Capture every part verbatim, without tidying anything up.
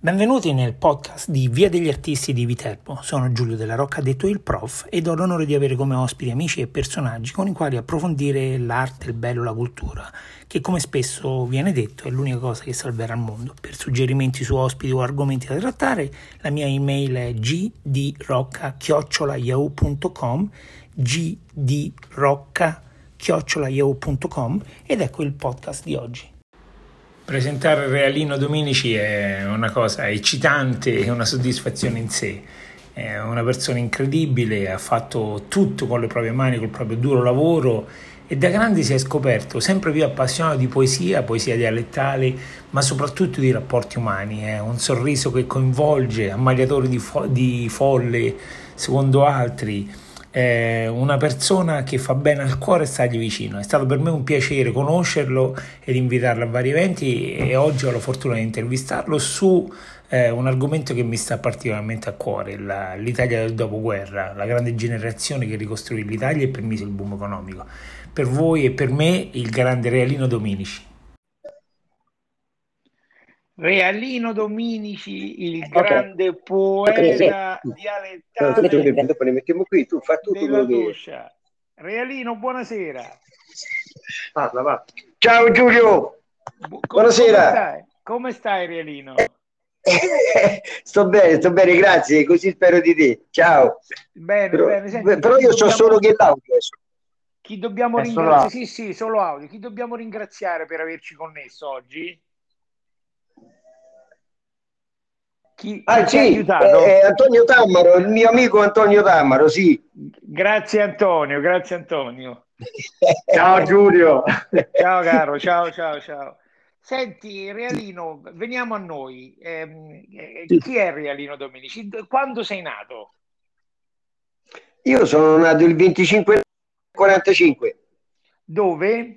Benvenuti nel podcast di Via degli Artisti di Viterbo. Sono Giulio Della Rocca, detto il prof, ed ho l'onore di avere come ospiti amici e personaggi con i quali approfondire l'arte, il bello, la cultura, che come spesso viene detto è l'unica cosa che salverà il mondo. Per suggerimenti su ospiti o argomenti da trattare, la mia email è gdrocca chiocciola yahoo punto com, gdrocca chiocciola yahoo punto com, ed ecco il podcast di oggi. Presentare Realino Dominici è una cosa eccitante e una soddisfazione in sé. È una persona incredibile, ha fatto tutto con le proprie mani, col proprio duro lavoro, e da grande si è scoperto sempre più appassionato di poesia, poesia dialettale, ma soprattutto di rapporti umani. È un sorriso che coinvolge, ammaliatore di, fo- di folle, secondo altri. È una persona che fa bene al cuore e stargli vicino. È stato per me un piacere conoscerlo ed invitarlo a vari eventi, e oggi ho la fortuna di intervistarlo su eh, un argomento che mi sta particolarmente a cuore: la, l'Italia del dopoguerra, la grande generazione che ricostruì l'Italia e permise il boom economico. Per voi e per me il grande Realino Dominici. Realino Dominici, il Ok, grande poeta dialettale dopo ne mettiamo qui, tu fai tutto della quello che... Tuscia. Realino, buonasera. Parla, va. Ciao Giulio, Bu- co- come buonasera. stai? Come stai, Realino? Sto bene, sto bene, grazie, così spero di te. Ciao. Bene, Però, bene. Senti, però chi io so solo dobbiamo, che l'audio. chi dobbiamo È solo ringraziare? audio. Sì, sì, solo audio. Chi dobbiamo ringraziare per averci connesso oggi? Chi, chi Ah ti ha sì, aiutato? eh, Antonio Tammaro, il mio amico Antonio Tammaro, sì. Grazie Antonio, grazie Antonio. Ciao Giulio. Ciao caro, ciao, ciao, ciao. Senti, Realino, veniamo a noi. Ehm, eh, Sì. chi è Realino Dominici? Quando sei nato? Io sono nato il venticinque quarantacinque Dove?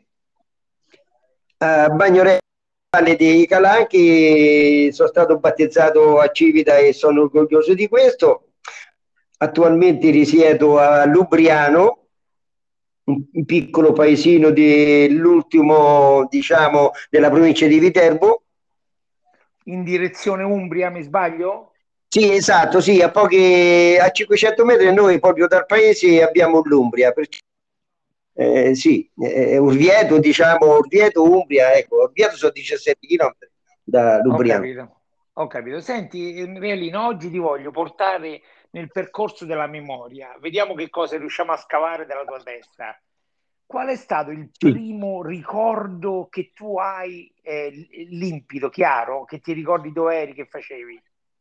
a Bagnoregio dei Calanchi, sono stato battezzato a Civita e sono orgoglioso di questo. Attualmente risiedo a Lubriano, un piccolo paesino dell'ultimo, diciamo, della provincia di Viterbo. In direzione Umbria, mi sbaglio? Sì, esatto, sì, a pochi, a cinquecento metri noi proprio dal paese abbiamo l'Umbria, perché eh, sì, eh, Orvieto, diciamo, Orvieto, Umbria, ecco, Orvieto sono diciassette chilometri da Ho Lubriano. capito, ho capito. Senti, eh, Realino, oggi ti voglio portare nel percorso della memoria. Vediamo che cosa riusciamo a scavare dalla tua testa. Qual è stato il Sì. primo ricordo che tu hai eh, limpido, chiaro, che ti ricordi dove eri, che facevi?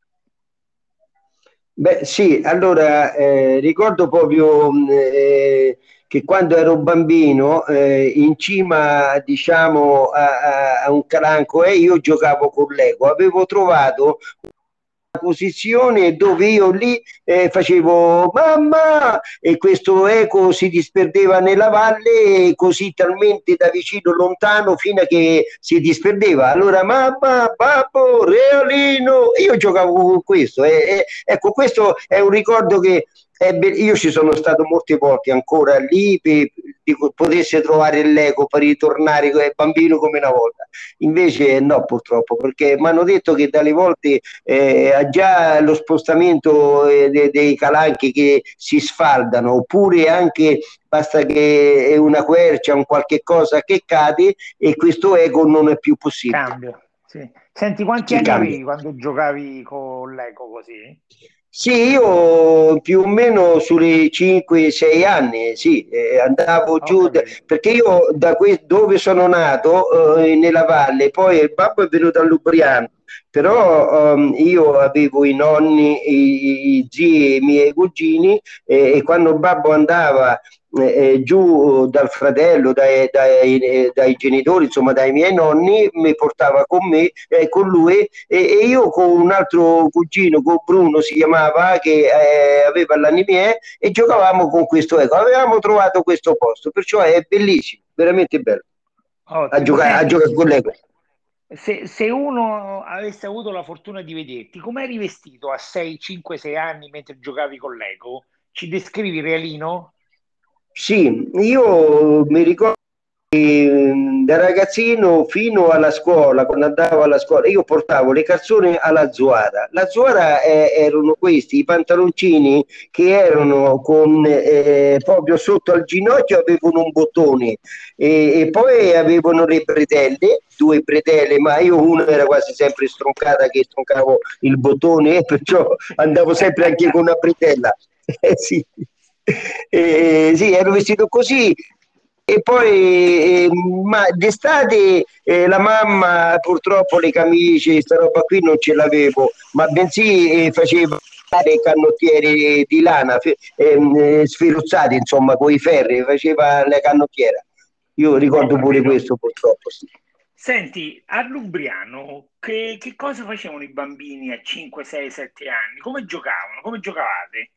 Beh, sì, allora eh, ricordo proprio mh, eh, che quando ero bambino, eh, in cima, diciamo, a, a- a un calanco, e io giocavo con Lego, avevo trovato posizione dove io lì eh, facevo mamma, e questo eco si disperdeva nella valle così talmente da vicino lontano fino a che si disperdeva. Allora mamma, babbo, Realino, io giocavo con questo, e, e, ecco, questo è un ricordo che è io ci sono stato molte volte ancora lì per, per potesse trovare l'eco per ritornare bambino come una volta. Invece no, purtroppo, perché mi hanno detto che dalle volte eh, già lo spostamento eh, de, dei calanchi che si sfaldano, oppure anche basta che è una quercia, un qualche cosa che cade e questo eco non è più possibile. Cambio, sì. Senti, quanti Si anni cambia. avevi quando giocavi con l'Eco così? Sì, io più o meno sulle cinque sei anni, sì, eh, andavo Ho giù, da- capito. perché io da que- dove sono nato, eh, nella valle, poi il babbo è venuto a Lubriano, però ehm, io avevo i nonni, i, i zii e i miei cugini, eh, e quando il babbo andava eh, eh, giù dal fratello, dai, dai, eh, dai genitori, insomma dai miei nonni, mi portava con me, eh, con lui, e, e io con un altro cugino, con Bruno si chiamava, che eh, aveva l'anni miei, e giocavamo con questo eco. Avevamo trovato questo posto, perciò è bellissimo, veramente bello a Ottimo. giocare, a Senti, giocare con l'eco. se, se uno avesse avuto la fortuna di vederti, com'eri vestito a sei, cinque, sei anni mentre giocavi con l'Eco? Ci descrivi, Realino? Sì, io mi ricordo E, da ragazzino fino alla scuola, quando andavo alla scuola, io portavo le calzone alla Zuara. La Zuara eh, erano questi, i pantaloncini che erano con eh, proprio sotto al ginocchio avevano un bottone e, e poi avevano le bretelle, due bretelle, ma io una era quasi sempre stroncata che stroncavo il bottone, perciò andavo sempre anche con una bretella. Eh, sì. Eh, sì, ero vestito così. E poi, eh, ma d'estate eh, la mamma purtroppo le camicie, sta roba qui non ce l'avevo, ma bensì eh, faceva le canottiere di lana fe- ehm, eh, sferruzzate, insomma, con i ferri, faceva la canottiera. Io Ho ricordo pure capito. questo purtroppo, sì. Senti, a Lubriano, che, che cosa facevano i bambini a cinque, sei, sette anni? Come giocavano? Come giocavate?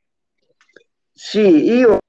Sì, io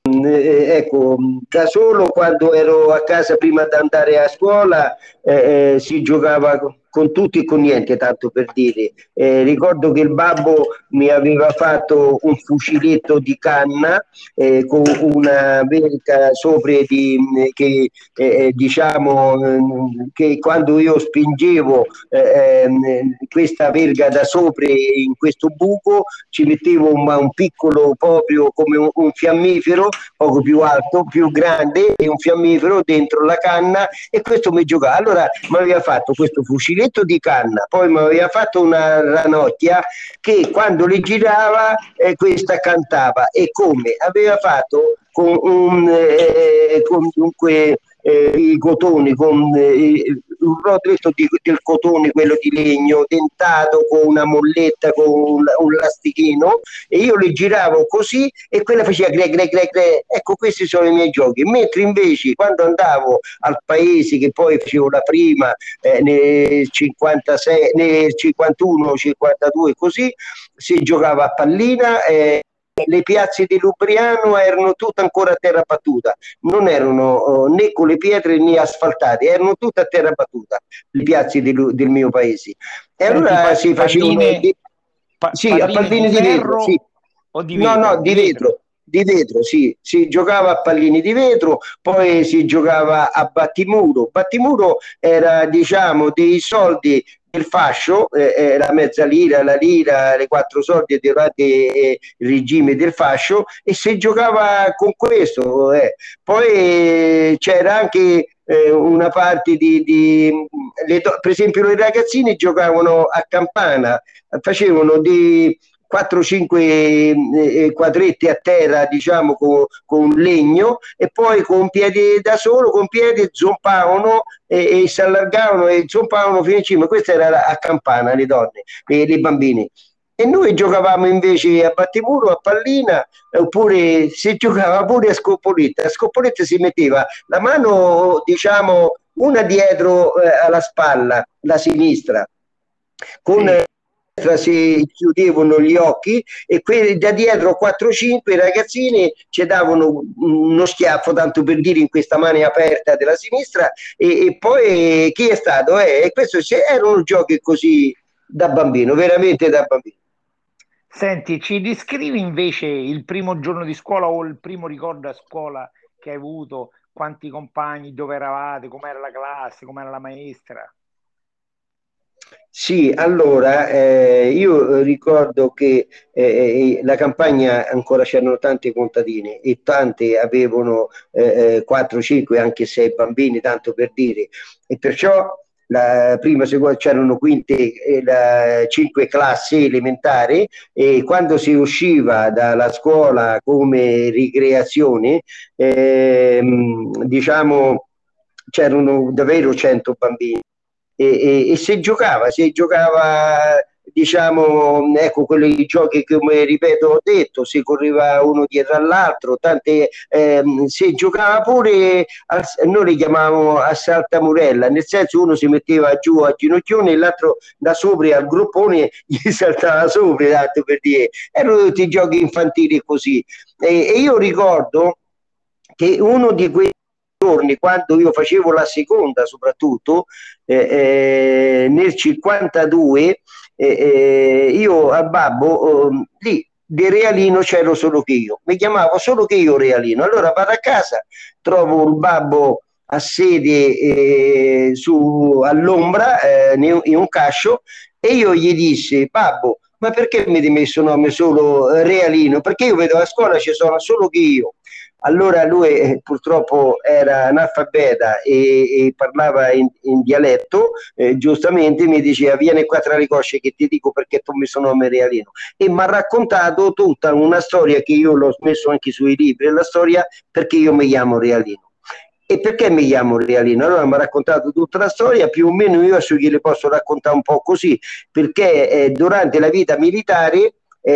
Eh, ecco, da solo quando ero a casa prima di andare a scuola eh, eh, si giocava co- con tutti e con niente, tanto per dire. Eh, ricordo che il babbo mi aveva fatto un fuciletto di canna eh, con una verga sopra di, che eh, diciamo ehm, che quando io spingevo eh, ehm, questa verga da sopra in questo buco ci mettevo un, un piccolo proprio come un, un fiammifero poco più alto, più grande e un fiammifero dentro la canna e questo mi giocava. Allora mi aveva fatto questo fuciletto di canna, poi mi aveva fatto una ranocchia che quando le girava eh, questa cantava e come aveva fatto con un eh, con dunque eh, i cotoni con eh, un rotoletto di, del cotone, quello di legno dentato con una molletta con un, un lastichino e io le giravo così e quella faceva gre gre gre gre. Ecco, questi sono i miei giochi. Mentre invece quando andavo al paese, che poi facevo la prima eh, nel cinquantasei, nel cinquantuno, cinquantadue, così si giocava a pallina. Eh, le piazze di Lubriano erano tutte ancora a terra battuta, non erano oh, né con le pietre né asfaltate, erano tutte a terra battuta, le piazze di, del mio paese. E Senti, allora pa- si facevano, palline, pa- sì, a palline di palline di vetro, sì. ferro o di No, vetro? no, Di di vetro. vetro, di vetro, sì, si giocava a pallini di vetro, poi si giocava a battimuro. Battimuro era, diciamo, dei soldi del fascio, eh, eh, la mezza lira, la lira, le quattro soldi durante eh, il regime del fascio e si giocava con questo. Eh. Poi eh, c'era anche eh, una parte di, di le, per esempio, i ragazzini giocavano a campana, facevano di quattro cinque eh, quadretti a terra, diciamo, con, con legno e poi con piedi da solo, con piedi zompavano e, e si allargavano e zompavano fino in cima. Questa era a campana, le donne e i bambini. E noi giocavamo invece a battimuro, a pallina, oppure si giocava pure a scoppolitta. A scoppolitta si metteva la mano, diciamo, una dietro eh, alla spalla, la sinistra, con Sì. si chiudevano gli occhi e quelli da dietro quattro cinque ragazzini ci davano uno schiaffo, tanto per dire, in questa mano aperta della sinistra e, e poi chi è stato? Eh, e questo erano giochi così da bambino, veramente da bambino. Senti, ci descrivi invece il primo giorno di scuola o il primo ricordo a scuola che hai avuto? Quanti compagni, dove eravate, com'era la classe, com'era la maestra? Sì, allora eh, io ricordo che eh, eh, la campagna ancora c'erano tante contadine e tante avevano eh, eh, quattro, cinque, anche sei bambini, tanto per dire, e perciò la prima, seconda, c'erano quinte, eh, la, cinque classi elementari e quando si usciva dalla scuola come ricreazione, ehm, diciamo, c'erano davvero cento bambini e, e, e se giocava, se giocava, diciamo, ecco, quelli giochi che, come ripeto, ho detto, si correva uno dietro all'altro, tante, ehm, si giocava pure, a, noi li chiamavamo a saltamurella, nel senso uno si metteva giù a ginocchione e l'altro da sopra al gruppone gli saltava sopra, tanto per dire. Erano tutti giochi infantili così. E, e io ricordo che uno di quei giorni, quando io facevo la seconda soprattutto, eh, eh, nel cinquantadue, eh, eh, io a Babbo, eh, lì di Realino c'ero solo che io, mi chiamavo solo che io Realino. Allora vado a casa, trovo il babbo ha sede eh, su, all'ombra eh, in un cascio, e io gli dissi: babbo, ma perché mi hai messo nome solo Realino? Perché io vedo a scuola ci sono solo che io. Allora lui eh, purtroppo era analfabeta e, e parlava in, in dialetto, eh, giustamente mi diceva: vieni qua tra le cosce che ti dico perché tu mi sono nome Realino. E mi ha raccontato tutta una storia che io l'ho messo anche sui libri, la storia perché io mi chiamo Realino. E perché mi chiamo Realino? Allora mi ha raccontato tutta la storia, più o meno io adesso gliele posso raccontare un po' così, perché eh, durante la vita militare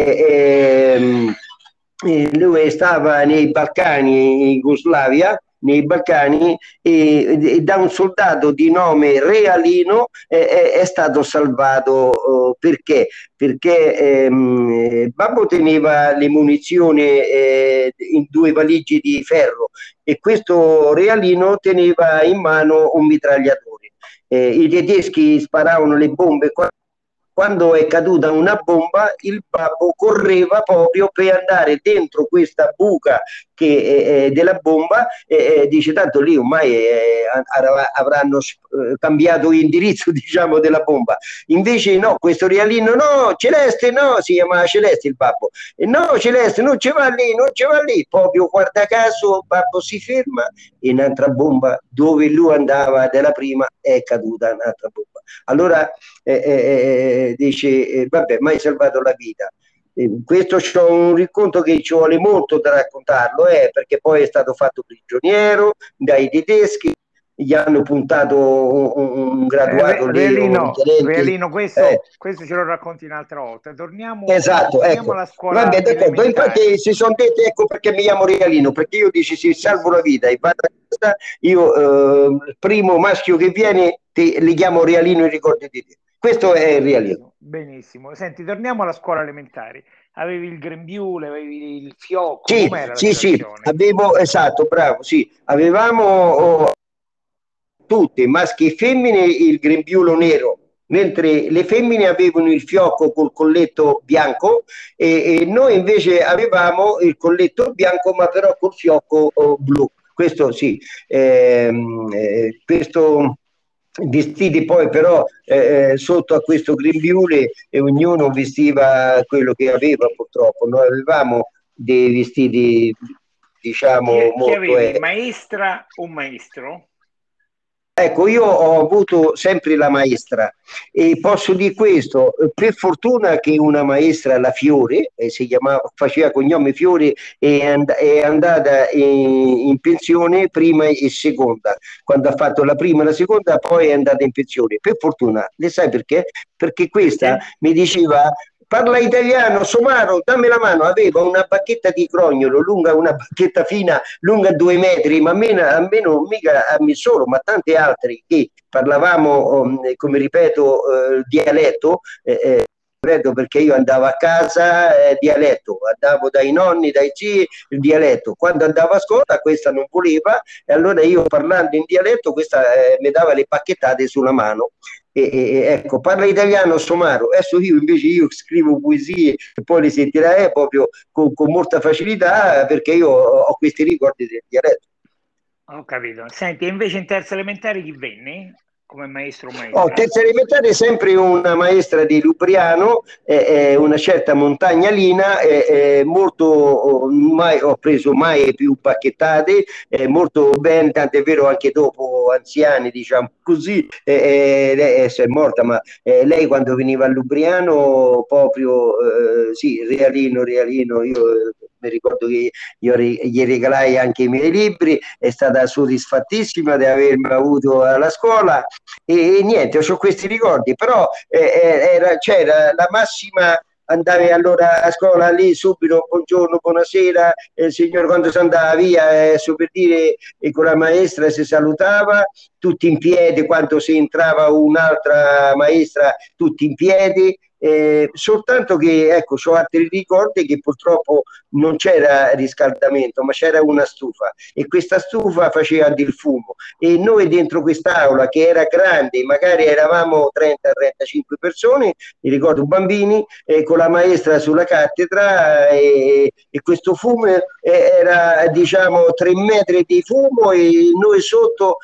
eh, ehm, eh, lui stava nei Balcani, in Jugoslavia, nei Balcani, e, e da un soldato di nome Realino eh, è, è stato salvato. Eh, perché? Perché ehm, Babbo teneva le munizioni eh, in due valigie di ferro, e questo Realino teneva in mano un mitragliatore. Eh, I tedeschi sparavano le bombe. Quando è caduta una bomba, il babbo correva proprio per andare dentro questa buca che, eh, della bomba, e eh, dice: tanto lì ormai eh, avranno eh, cambiato indirizzo, diciamo, della bomba. Invece no, questo Realino: no, Celeste no, si chiamava Celeste il babbo, e no, Celeste non ci va lì, non ci va lì. Proprio guarda caso, babbo si ferma e un'altra bomba dove lui andava della prima è caduta un'altra bomba. Allora eh, eh, dice: eh, vabbè, mai salvato la vita. Eh, questo c'ho un racconto che ci vuole molto da raccontarlo, eh, perché poi è stato fatto prigioniero dai tedeschi, gli hanno puntato un, un graduato eh, lì, Realino, un Realino, questo, eh. questo ce lo racconti un'altra volta. Torniamo, esatto, torniamo ecco. alla scuola Vabbè, d'accordo. elementare. Infatti si sono detti: ecco perché mi chiamo Realino, perché io dici se salvo la vita e vado a casa, io eh, il primo maschio che viene ti, li chiamo Realino e ricordi di te. Questo è il Realino. Benissimo. Senti, torniamo alla scuola elementare. Avevi il grembiule, avevi il fiocco, Sì, com'era la sì, sì, situazione? avevo, esatto, bravo, sì, avevamo oh, tutti, maschi e femmine, il grembiule nero, mentre le femmine avevano il fiocco col colletto bianco, e, e noi invece avevamo il colletto bianco ma però col fiocco oh, blu. Questo sì, ehm, eh, questo vestiti poi però eh, sotto a questo grembiule, e ognuno vestiva quello che aveva. Purtroppo noi avevamo dei vestiti, diciamo, Chi, chi molto avevi, eh, maestra o maestro? Ecco, io ho avuto sempre la maestra, e posso dire questo: per fortuna che una maestra, la Fiore, eh, si chiamava, faceva cognome Fiore, è, and- è andata in, in pensione prima e seconda. Quando ha fatto la prima e la seconda, poi è andata in pensione. Per fortuna, le sai perché? Perché questa Perché? mi diceva: parla italiano, Somaro, dammi la mano. Aveva una bacchetta di crognolo lunga, una bacchetta fina, lunga due metri, ma almeno, almeno mica a me solo, ma tanti altri che parlavamo, um, come ripeto, eh, dialetto. Eh, eh, perché io andavo a casa, eh, dialetto, andavo dai nonni, dai zii, il dialetto. Quando andavo a scuola questa non voleva, e allora io, parlando in dialetto, questa eh, mi dava le pacchettate sulla mano. E, e, ecco, parla italiano Somaro. Adesso io invece io scrivo poesie e poi le sentirai proprio con, con molta facilità, perché io ho, ho questi ricordi del dialetto. Ho capito. Senti, e invece in terza elementare chi venne come maestro o Oh, maestra? terza elementare sempre una maestra di Lubriano, eh, eh, una certa Montagnalina, eh, eh, molto, oh, mai ho preso mai più pacchettate, eh, molto bene, tant'è vero anche dopo anziani, diciamo così, eh, eh, lei è morta, ma eh, lei quando veniva a Lubriano proprio, eh, sì, Realino, Realino, io eh, mi ricordo che io gli regalai anche i miei libri, è stata soddisfattissima di avermi avuto alla scuola. E, e niente, ho questi ricordi, però eh, era, c'era la massima. Andavi allora a scuola lì subito, buongiorno, buonasera, eh, signor, quando si andava via, eh, so per dire, e con la maestra si salutava, tutti in piedi, quando si entrava un'altra maestra, tutti in piedi, Eh, soltanto che ecco, ho altri ricordi che purtroppo non c'era riscaldamento, ma c'era una stufa e questa stufa faceva del fumo e noi dentro quest'aula che era grande, magari eravamo trenta trentacinque persone, mi ricordo bambini, eh, con la maestra sulla cattedra e, e questo fumo eh, era diciamo tre metri di fumo e noi sotto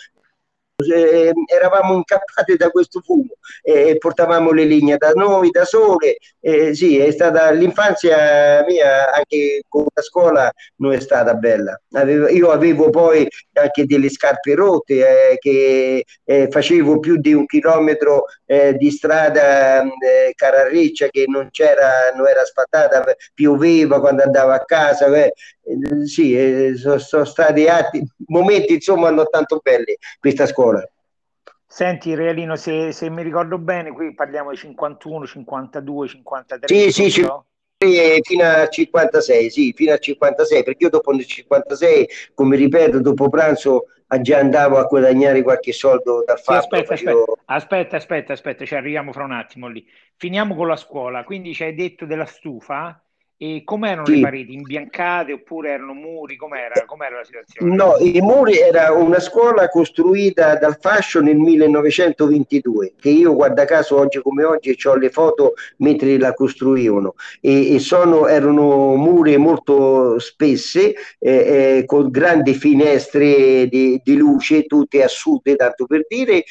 eh, eravamo incappati da questo fumo e eh, portavamo le linee da noi da sole. Eh, sì, è stata l'infanzia mia anche con la scuola non è stata bella. Avevo, io avevo poi anche delle scarpe rotte eh, che eh, facevo più di un chilometro eh, di strada eh, Cararreccia che non c'era, non era asfaltata, pioveva quando andavo a casa. Eh, eh, sì, eh, sono, sono stati atti, momenti insomma non tanto belli questa scuola. Senti, Realino, se, se mi ricordo bene, qui parliamo di cinquantuno, cinquantadue, cinquantatré, Sì, sì, giusto? fino a cinquantasei, sì, fino a cinquantasei, perché io dopo il cinquantasei, come ripeto, dopo pranzo già andavo a guadagnare qualche soldo dal Sì, fabbro, aspetta, aspetta, facevo... aspetta, aspetta, aspetta, ci arriviamo fra un attimo lì. Finiamo con la scuola, quindi ci hai detto della stufa e com'erano le Sì. pareti? Imbiancate oppure erano muri? Com'era, com'era la situazione? No, i muri era una scuola costruita dal Fascio nel millenovecentoventidue, che io guarda caso oggi come oggi ho le foto mentre la costruivano e, e sono, erano muri molto spesse eh, eh, con grandi finestre di, di luce, tutte a sud, tanto per dire.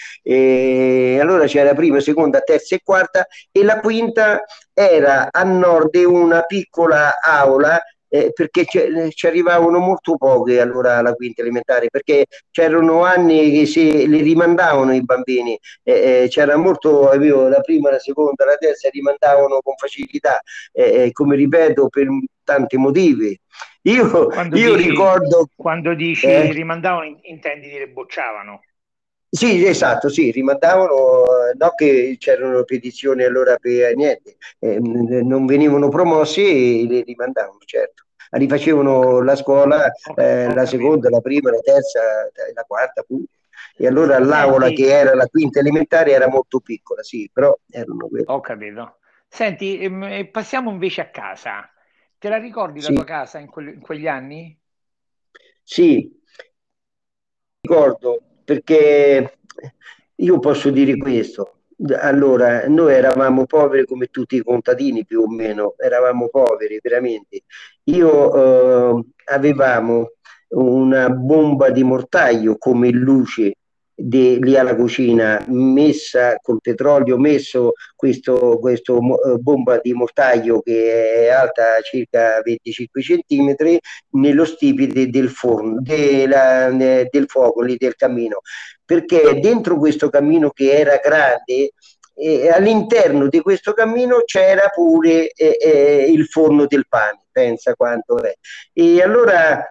E allora c'era prima, seconda, terza e quarta e la quinta era a nord una piccola aula eh, perché ci arrivavano molto poche allora alla quinta elementare, perché c'erano anni che si li rimandavano i bambini, eh, eh, c'era molto, avevo la prima, la seconda, la terza, rimandavano con facilità, eh, eh, come ripeto, per tanti motivi. Io, Quando io dici, ricordo... quando dici Eh, rimandavano, in- intendi dire bocciavano. sì, esatto, sì, rimandavano, eh, no che c'erano petizioni allora per niente, eh, n- non venivano promossi e li rimandavano, certo. Ho, ca- Rifacevano la scuola, ho ca- eh, ho la capito. seconda, la prima, la terza, eh, la quarta pure. E allora S- l'aula che Senti, era la quinta elementare era molto piccola, sì, però erano quelle. ho capito. Senti, ehm, e passiamo invece a casa. Te la ricordi la Sì, tua casa in, quel- in quegli anni? sì, ricordo perché io posso dire questo. Allora, noi eravamo poveri come tutti i contadini più o meno, eravamo poveri veramente. Io eh, avevamo una bomba di mortaio come luce de- lì alla cucina, messa col petrolio, messo questo, questo mo- eh, bomba di mortaio che è alta circa venticinque centimetri nello stipite del forno, della- del fuoco, lì del camino, perché dentro questo camino che era grande, eh, all'interno di questo cammino c'era pure eh, eh, il forno del pane, pensa quanto è. E allora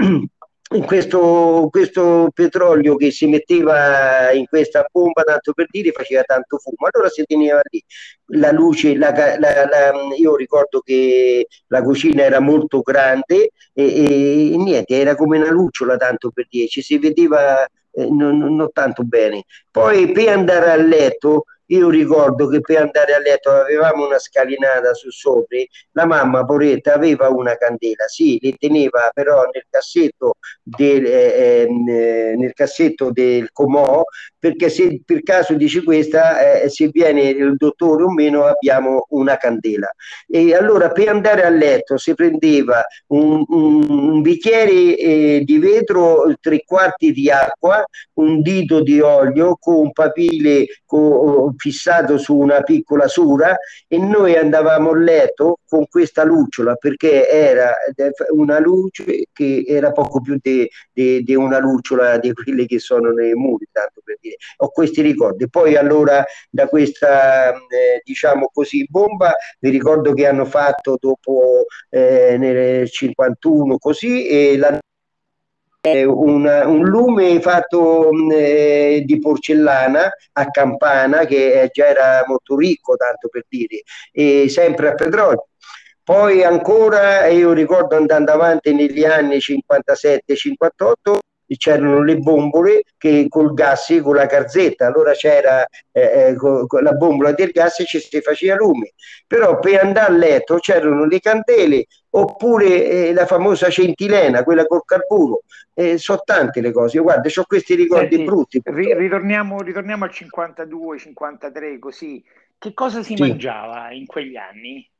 questo, questo petrolio che si metteva in questa bomba, tanto per dire, faceva tanto fumo, allora si teneva lì la luce, la, la, la, io ricordo che la cucina era molto grande e, e niente, era come una lucciola, tanto per dire, ci si vedeva eh, non, non tanto bene. Poi per andare a letto, io ricordo che per andare a letto avevamo una scalinata su sopra, la mamma poretta aveva una candela, sì, le teneva però nel cassetto del, eh, eh, nel cassetto del comò, perché se per caso dice questa, eh, se viene il dottore o meno abbiamo una candela. E allora per andare a letto si prendeva un, un, un bicchiere eh, di vetro, tre quarti di acqua, un dito di olio con un papile co- fissato su una piccola sura e noi andavamo a letto con questa lucciola perché era una luce che era poco più di una lucciola di quelle che sono nei muri, tanto per dire. Ho questi ricordi. Poi allora da questa eh, diciamo così bomba mi ricordo che hanno fatto dopo eh, nel cinquantuno così e la un, un lume fatto eh, di porcellana a campana che eh, già era molto ricco, tanto per dire, e sempre a petrolio. Poi ancora, io ricordo andando avanti negli anni cinquantasette cinquantotto, c'erano le bombole che col gas, con la garzetta, allora c'era eh, con, con la bombola del gas e ci si faceva lume, però per andare a letto c'erano le candele oppure eh, la famosa centilena, quella col carburo. Eh, sono tante le cose, guarda, ho questi ricordi Senti, brutti. ri- ritorniamo, ritorniamo al cinquantadue, cinquantatré, così. Che cosa si Sì, mangiava in quegli anni?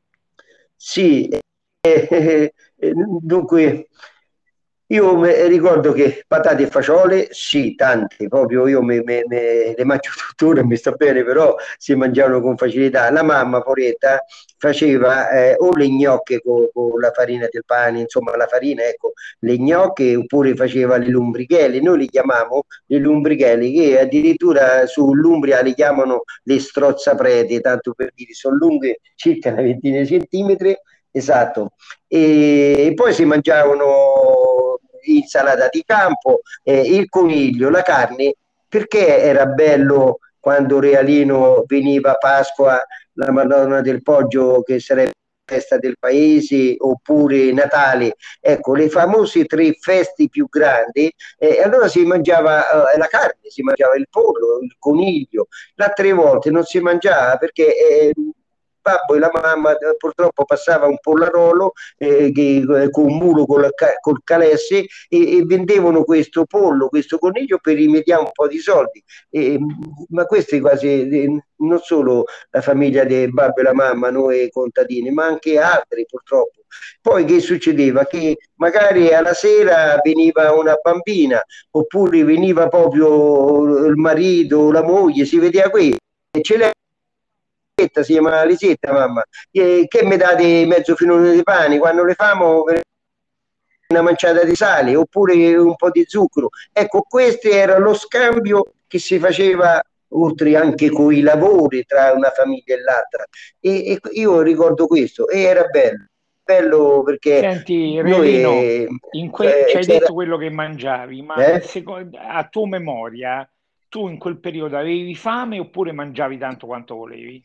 sì, eh, eh, eh, dunque io me- ricordo che patate e fagiole, sì, tante, proprio io me, me- me- le mangio tuttora e mi sta bene, però si mangiavano con facilità. La mamma, poretta, faceva eh, o le gnocche con, con la farina del pane, insomma la farina, ecco, le gnocche, oppure faceva le lumbrichelle. Noi li chiamiamo le lumbrichelle, che addirittura sull'Umbria li chiamano le strozzaprete, tanto per dire, sono lunghe circa una ventina di centimetri. Esatto, e poi si mangiavano insalata di campo, eh, il coniglio, la carne, perché era bello quando Realino veniva a Pasqua, la Madonna del Poggio, che sarebbe la festa del paese, oppure Natale, ecco, le famose tre feste più grandi, eh, allora si mangiava eh, la carne, si mangiava il pollo, il coniglio, le altre volte non si mangiava perché eh, babbo e la mamma eh, purtroppo passava un pollarolo eh, che, eh, con un mulo col, col calesse e, e vendevano questo pollo, questo coniglio per rimediare un po' di soldi. E, ma queste quasi eh, non solo la famiglia del babbo e la mamma, noi contadini, ma anche altri purtroppo. Poi che succedeva? Che magari alla sera veniva una bambina oppure veniva proprio il marito, la moglie, si vedeva qui. E ce l'è si chiama Lisetta, mamma, che, che mi date mezzo filone di pane, quando le famo una manciata di sale oppure un po' di zucchero. Ecco, questo era lo scambio che si faceva oltre anche con i lavori tra una famiglia e l'altra. E, e io ricordo questo e era bello, bello perché Senti, noi Realino, eh, in que- ci hai c'era, detto quello che mangiavi, ma eh? seco- a tua memoria, tu in quel periodo avevi fame oppure mangiavi tanto quanto volevi?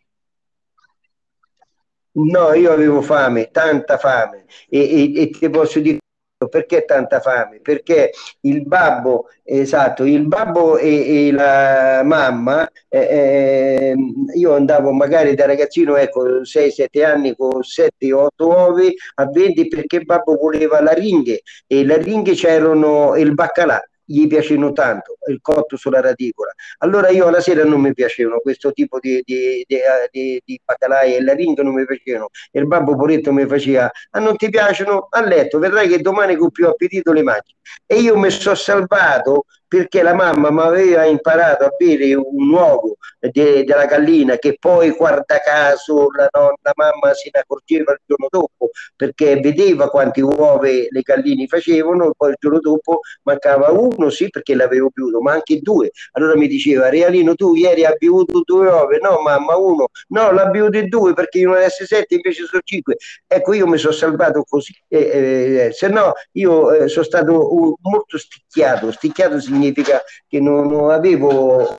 No, io avevo fame, tanta fame e, e- e ti posso dire perché tanta fame? Perché il babbo, esatto, il babbo e, e la mamma, eh, eh, io andavo magari da ragazzino, ecco, sei sette anni con sette otto uova a vendere perché babbo voleva la ringhe e la ringhe c'erano il baccalà. Gli piacevano tanto, il cotto sulla radicola. Allora io alla sera non mi piacevano questo tipo di, di, di, di, di baccalà e la ringa non mi piacevano. E il babbo Poretto mi faceva, ah non ti piacciono? A letto, vedrai che domani con più appetito le mangi. E io mi sono salvato perché la mamma mi aveva imparato a bere un uovo de, della gallina che poi guarda caso la, no, la mamma se ne accorgeva il giorno dopo perché vedeva quanti uova le galline facevano e poi il giorno dopo mancava uno sì perché l'avevo bevuto ma anche due. Allora mi diceva Realino tu ieri hai bevuto due uova? No mamma uno, no l'ha bevuto due perché io non essere sette invece sono cinque. Ecco, io mi sono salvato così, eh, eh, se no io eh, sono stato uh, molto sticchiato. Sticchiato significa che non, non avevo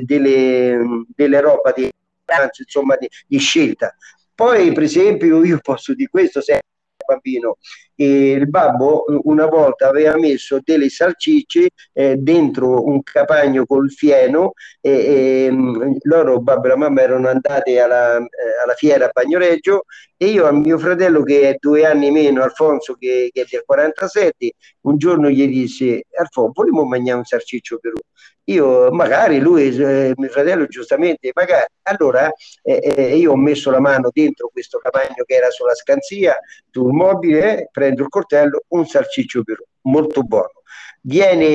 delle, delle roba di, insomma, di, di scelta. Poi, per esempio, io posso dire questo sempre bambino. E il babbo una volta aveva messo delle salsicce eh, dentro un capagno col fieno e, e loro, babbo e la mamma, erano andati alla, eh, alla fiera a Bagnoregio e io a mio fratello che è due anni meno, Alfonso che, che è del quarantasette, un giorno gli disse Alfonso, vogliamo mangiare un salsiccio per uno? Io magari lui, eh, mio fratello giustamente, magari. Allora eh, eh, io ho messo la mano dentro questo capagno che era sulla scanzia, sul mobile, eh, prendo il coltello, un salsiccio per molto buono. Viene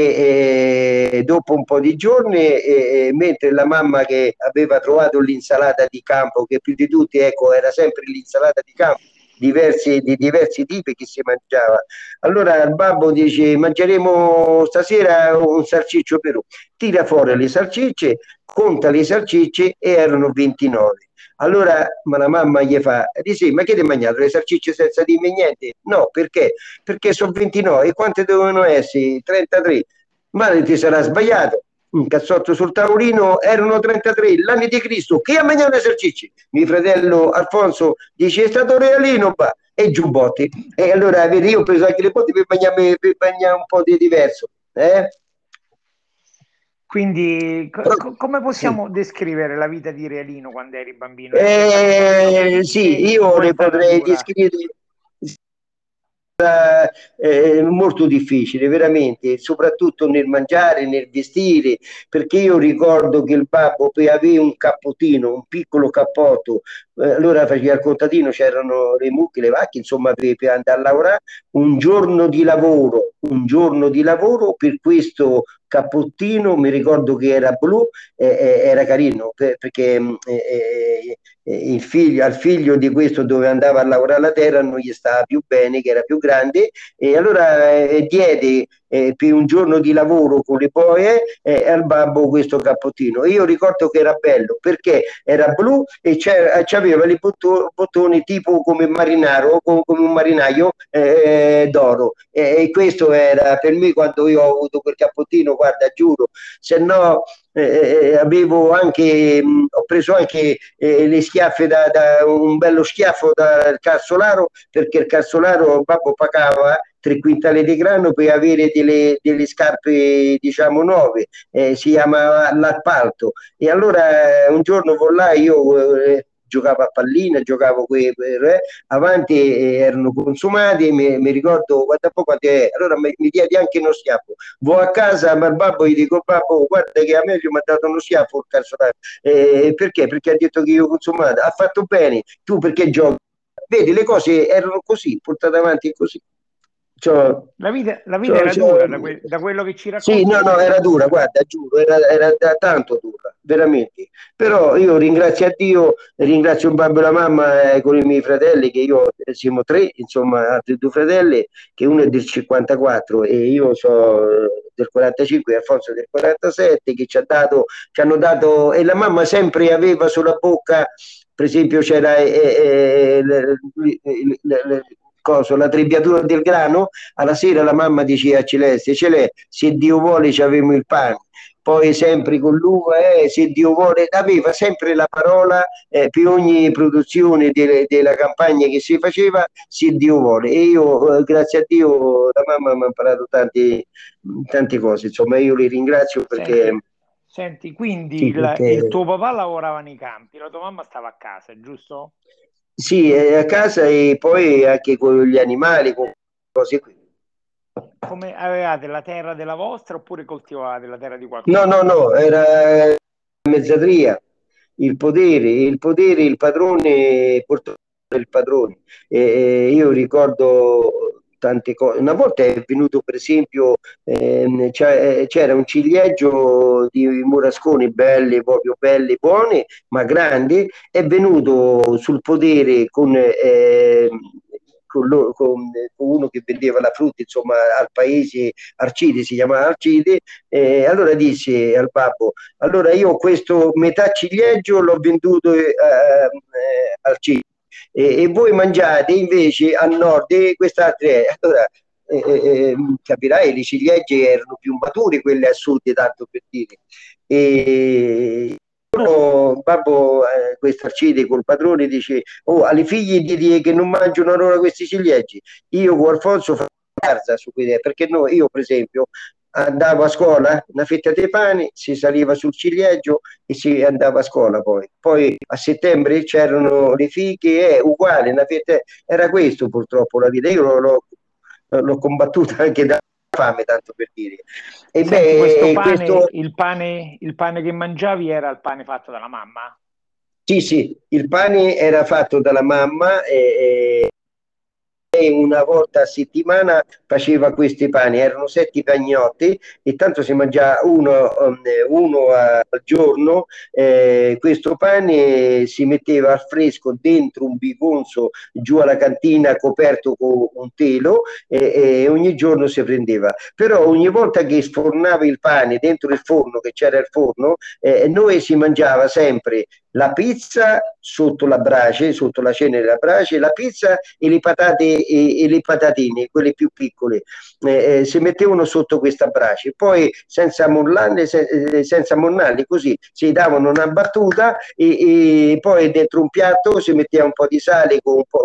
eh, dopo un po' di giorni, eh, mentre la mamma che aveva trovato l'insalata di campo, che più di tutti, ecco, era sempre l'insalata di campo, diversi, di diversi tipi che si mangiava. Allora il babbo dice: mangeremo stasera un salsiccio per uno. Tira fuori le salsicce, conta le salsicce e erano ventinove. Allora ma la mamma gli fa, dice, ma che ti hai mangiato le salsicce senza dirmi niente? No, perché? Perché sono ventinove e quante dovevano essere? trentatré. Ma ti sarà sbagliato. Un cazzotto sul tavolino erano trentatré, l'anno di Cristo. Chi ha mangiato le salsicce? Mio fratello Alfonso dice, è stato Realino, ba. E Giubbotti. E allora, vedi, io ho preso anche le botti per mangiare, per mangiare un po' di diverso. Eh? Quindi co- Però, co- come sì. possiamo descrivere la vita di Realino quando eri bambino? È è stata una vita Eh, sì, felice io o è le stata potrei dura? descrivere eh, molto difficile, veramente, soprattutto nel mangiare, nel vestire, perché io ricordo che il babbo per avere un cappottino, un piccolo cappotto, eh, allora faceva il contadino, c'erano le mucche, le vacche, insomma, per, per andare a lavorare, un giorno di lavoro, un giorno di lavoro per questo cappottino, mi ricordo che era blu, eh, eh, era carino, per- perché mh, eh, eh, eh, il figlio, al figlio di questo dove andava a lavorare la terra non gli stava più bene, che era più grande, e allora eh, diede eh, per un giorno di lavoro con le boie eh, al babbo questo cappottino. Io ricordo che era bello perché era blu e c'aveva i bottoni tipo come marinaro, come un marinaio eh, d'oro. E, e questo era per me quando io ho avuto quel cappottino, guarda, giuro, se no eh, avevo anche, mh, ho preso anche eh, le schiaffe da, da un bello schiaffo dal calzolaro perché il calzolaro babbo pagava tre quintali di grano per avere delle, delle scarpe diciamo nuove, eh, si chiama l'appalto e allora eh, un giorno con là io eh, giocavo a pallina, giocavo qui, eh, avanti eh, erano consumati, mi, mi ricordo guarda un po' quanti è, allora mi, mi diedi anche uno schiaffo, vado a casa ma il babbo gli dico babbo guarda che a me gli mi ha dato uno schiaffo il calzolaro, eh, perché? Perché ha detto che io consumato, ha fatto bene, tu perché giochi? Vedi, le cose erano così, portate avanti così. Cioè, La vita, la vita cioè, era cioè, dura, da, que- da quello che ci sì, racconti, no, la no, vita era era dura, dura. guarda, giuro, era, era da tanto dura, veramente. Però io ringrazio a Dio, ringrazio il babbo e la mamma eh, con i miei fratelli, che io eh, siamo tre, insomma, altri due fratelli, che uno è del cinquantaquattro e io so eh, del quarantacinque e Alfonso del quarantasette, che ci ha dato, ci hanno dato, e la mamma sempre aveva sulla bocca, per esempio c'era eh, eh, le- le- le- le- coso, la trebbiatura del grano, alla sera la mamma diceva a Celeste, Celeste, se Dio vuole ci avremo il pane. Poi sempre con l'uva, eh, se Dio vuole, aveva sempre la parola eh, per ogni produzione de- della campagna che si faceva, se Dio vuole. E io, eh, grazie a Dio, la mamma mi ha imparato tante, tante cose. Insomma, io li ringrazio perché, Senti, senti, quindi sì, il, il perché tuo papà lavorava nei campi, la tua mamma stava a casa, giusto? sì, è a casa e poi anche con gli animali, con cose qui. Come avevate la terra della vostra oppure coltivavate la terra di No, qualcun no, altro? no, era mezzadria, il potere, il potere, il padrone, portò il padrone. E, e io ricordo tante cose. Una volta è venuto, per esempio, ehm, c'è- c'era un ciliegio di murasconi belli, proprio belli, buoni, ma grandi, è venuto sul podere con, eh, con, lo- con- con uno che vendeva la frutta, insomma, al paese Arcide, si chiamava Arcide, e allora disse al babbo, allora io questo metà ciliegio l'ho venduto eh, eh, al Cide e, e voi mangiate invece al nord e quest'altra. Allora, eh, eh, capirai, le ciliegie erano più mature quelle a sud, tanto per dire. E uno, babbo, eh, quest'Arcide col padrone dice, oh, alle figlie di, che non mangiano ora questi ciliegi. Io con Alfonso faccio garza su quelle, perché no, io per esempio andavo a scuola, una fetta di pane, si saliva sul ciliegio e si andava a scuola poi. Poi a settembre c'erano le fiche, è uguale, una fetta, era questo purtroppo la vita. Io l'ho, l'ho combattuta anche da fame, tanto per dire. E Senti, questo beh, pane, questo il pane, il pane che mangiavi era il pane fatto dalla mamma? sì, sì, il pane era fatto dalla mamma e, e una volta a settimana faceva questi pani, erano sette pagnotti e tanto si mangiava uno, um, uno al giorno. Eh, questo pane si metteva al fresco dentro un bigonzo giù alla cantina coperto con un telo e, e ogni giorno si prendeva. Però ogni volta che sfornava il pane dentro il forno, che c'era il forno, eh, noi si mangiava sempre la pizza sotto la brace, sotto la cenere della brace, la pizza e le patate e, e le patatine, quelle più piccole, eh, eh, si mettevano sotto questa brace, poi senza mollarle, se, eh, senza monnarli, così si davano una battuta e, e poi dentro un piatto si metteva un po' di sale con un po', un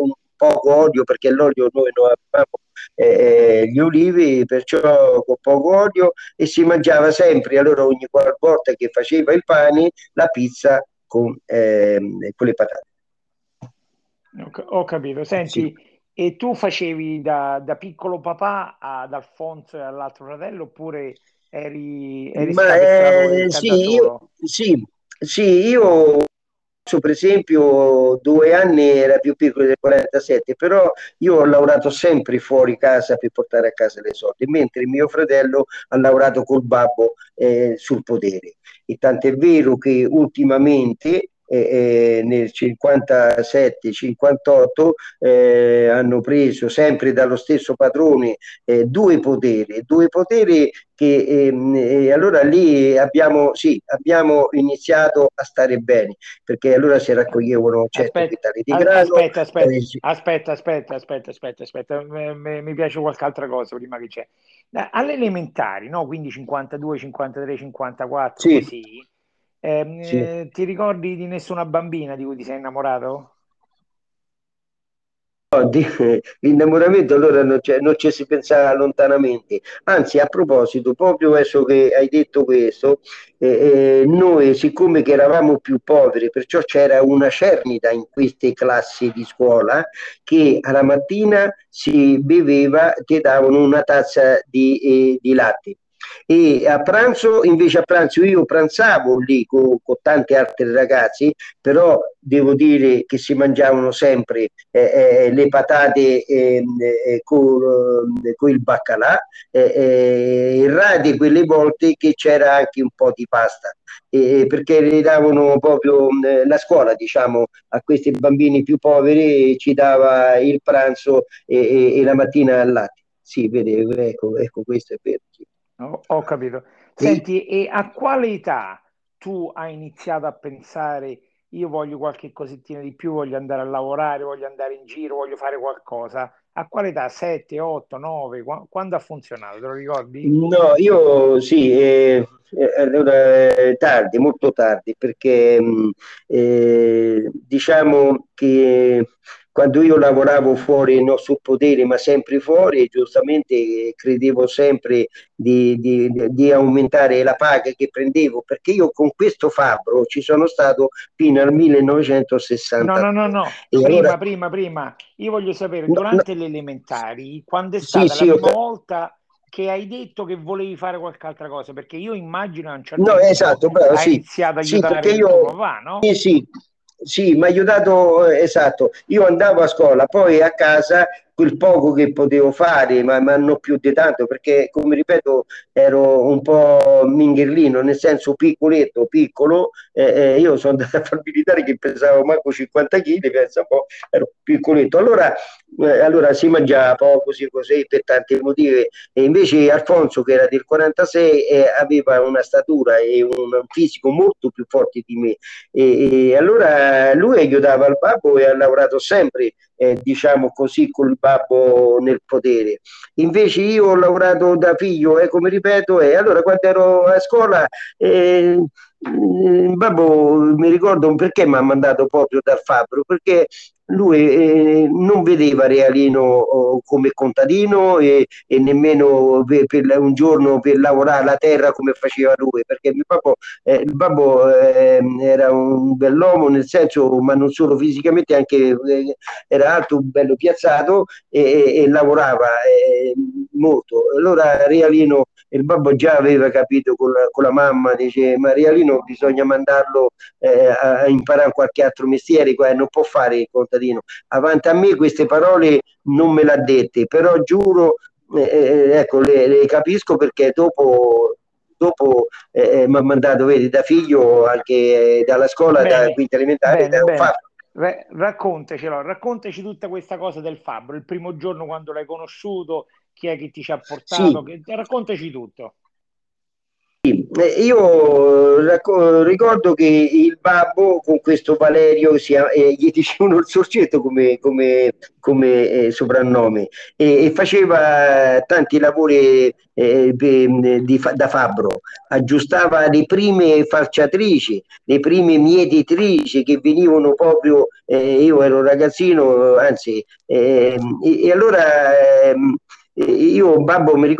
poco olio, perché l'olio noi non avevamo eh, gli ulivi, perciò con poco olio, e si mangiava sempre, allora ogni volta che faceva il pane, la pizza con, ehm, con le patate. Ho, ca- ho capito. Sì. Senti, e tu facevi da, da piccolo papà ad Alfonso e all'altro fratello, oppure eri, eri Ma stato eh, estrapolita da sì, io, solo? sì, sì, io per esempio due anni era più piccolo del quarantasette, però io ho lavorato sempre fuori casa per portare a casa le soldi, mentre mio fratello ha lavorato col babbo eh, sul potere. E tant'è vero che ultimamente eh, eh, nel cinquantasette cinquantotto eh, hanno preso sempre dallo stesso padrone eh, due poteri, due poteri che ehm, e allora lì abbiamo, sì, abbiamo iniziato a stare bene, perché allora si raccoglievano cento Aspetta, quintali di a- grano. aspetta, aspetta, eh, sì, aspetta, aspetta, aspetta, aspetta, aspetta, mi mi- mi piace qualche altra cosa prima che c'è. Eh, Alle elementari, no? Quindi cinquantadue, cinquantatré, cinquantaquattro, sì, così, ehm, sì. eh, ti ricordi di nessuna bambina di cui ti sei innamorato? No, di- l'innamoramento allora non, c'è- non ci si pensava lontanamente. Anzi, a proposito, proprio adesso che hai detto questo, eh, eh, noi siccome che eravamo più poveri, perciò c'era una cernita in queste classi di scuola che alla mattina si beveva, ti davano una tazza di, eh, di latte. E a pranzo, invece a pranzo io pranzavo lì con, con tanti altri ragazzi, però devo dire che si mangiavano sempre eh, eh, le patate ehm, eh, con, eh, con il baccalà, eh, eh, rade quelle volte che c'era anche un po' di pasta, eh, perché le davano proprio eh, la scuola, diciamo, a questi bambini più poveri ci dava il pranzo e, e- e la mattina al latte. Sì, vede, ecco, ecco, questo è vero. Sì. Ho, ho capito. E, Senti, e a quale età tu hai iniziato a pensare, io voglio qualche cosettina di più, voglio andare a lavorare, voglio andare in giro, voglio fare qualcosa? A quale età? sette, otto, nove? Quando ha funzionato? Te lo ricordi? No, io sì, eh, eh, allora, eh, tardi, molto tardi, perché mh, eh, diciamo che quando io lavoravo fuori, non sul potere, ma sempre fuori, giustamente eh, credevo sempre di, di- di aumentare la paga che prendevo, perché io con questo fabbro ci sono stato fino al No, no, no, millenovecentosessantadue. no. E allora, Prima, prima, prima. Io voglio sapere, no, no, durante le elementari, quando è sì, stata la sì, ho prima ca- volta che hai detto che volevi fare qualche altra cosa? Perché io immagino a un certo no, punto esatto, bravo, hai sì, iniziato ad sì, perché aiutare tuo io, papà, sì, no? sì, sì, mi ha aiutato, eh, esatto, io andavo a scuola, poi a casa quel poco che potevo fare, ma, ma non più di tanto, perché come ripeto ero un po' mingherlino, nel senso piccoletto, piccolo, eh, eh, io sono andato a fare il militare che pesavo manco cinquanta chili, pensa un po', ero piccoletto, allora, eh, allora si mangiava poco, così così, per tanti motivi, e invece Alfonso, che era del quarantasei, eh, aveva una statura e un, un fisico molto più forte di me. E, e allora lui aiutava il babbo e ha lavorato sempre, eh, diciamo così, col babbo nel potere. Invece io ho lavorato da figlio, eh, come ripeto, e allora quando ero a scuola, eh, il babbo mi ricordo perché mi ha mandato proprio dal fabbro, perché lui eh, non vedeva Realino oh, come contadino e, e nemmeno per, per un giorno per lavorare la terra come faceva lui, perché il babbo, eh, il babbo eh, era un bell'uomo, nel senso, ma non solo fisicamente, anche eh, era alto, bello piazzato e, e, e lavorava eh, molto. Allora Realino, il babbo già aveva capito con la, con la mamma, dice, ma Realino bisogna mandarlo eh, a imparare qualche altro mestiere, qua, non può fare il contadino. Avanti a me queste parole non me l'ha dette, però giuro, eh, eh, ecco, le, le capisco perché dopo dopo eh, mi ha mandato, vedi, da figlio anche eh, dalla scuola, da Bene, quinta elementare, da bene, un bene. fatto. Ra- raccontacelo, raccontaci tutta questa cosa del fabbro, il primo giorno quando l'hai conosciuto, chi è che ti ci ha Sì, portato, che- raccontaci tutto. Eh, Io racco- ricordo che il babbo con questo Valerio si chiama- eh, gli dicevano il sorcetto come, come- come, eh, soprannome e, e faceva tanti lavori eh, pe- di fa- da fabbro, aggiustava le prime falciatrici, le prime mietitrici che venivano proprio, eh, io ero ragazzino, anzi, ehm, e, e allora ehm, e io, babbo, mi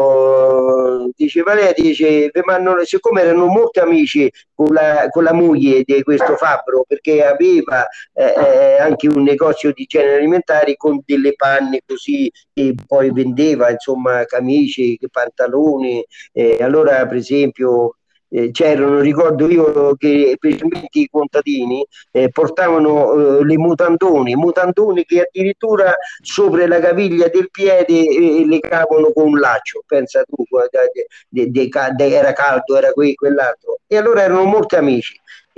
ricordo, diceva lei, dice, ma non- siccome erano molti amici con la, con la moglie di questo fabbro, perché aveva eh, eh, anche un negozio di generi alimentari con delle panne così, e poi vendeva, insomma, camicie, pantaloni. Eh, allora, per esempio, eh, c'erano, ricordo io che specialmente i contadini eh, portavano eh, le mutandoni, mutandoni che addirittura sopra la caviglia del piede e legavano con un laccio, pensa tu, de, de, de, era caldo, era qui, quell'altro. E allora erano molti amici.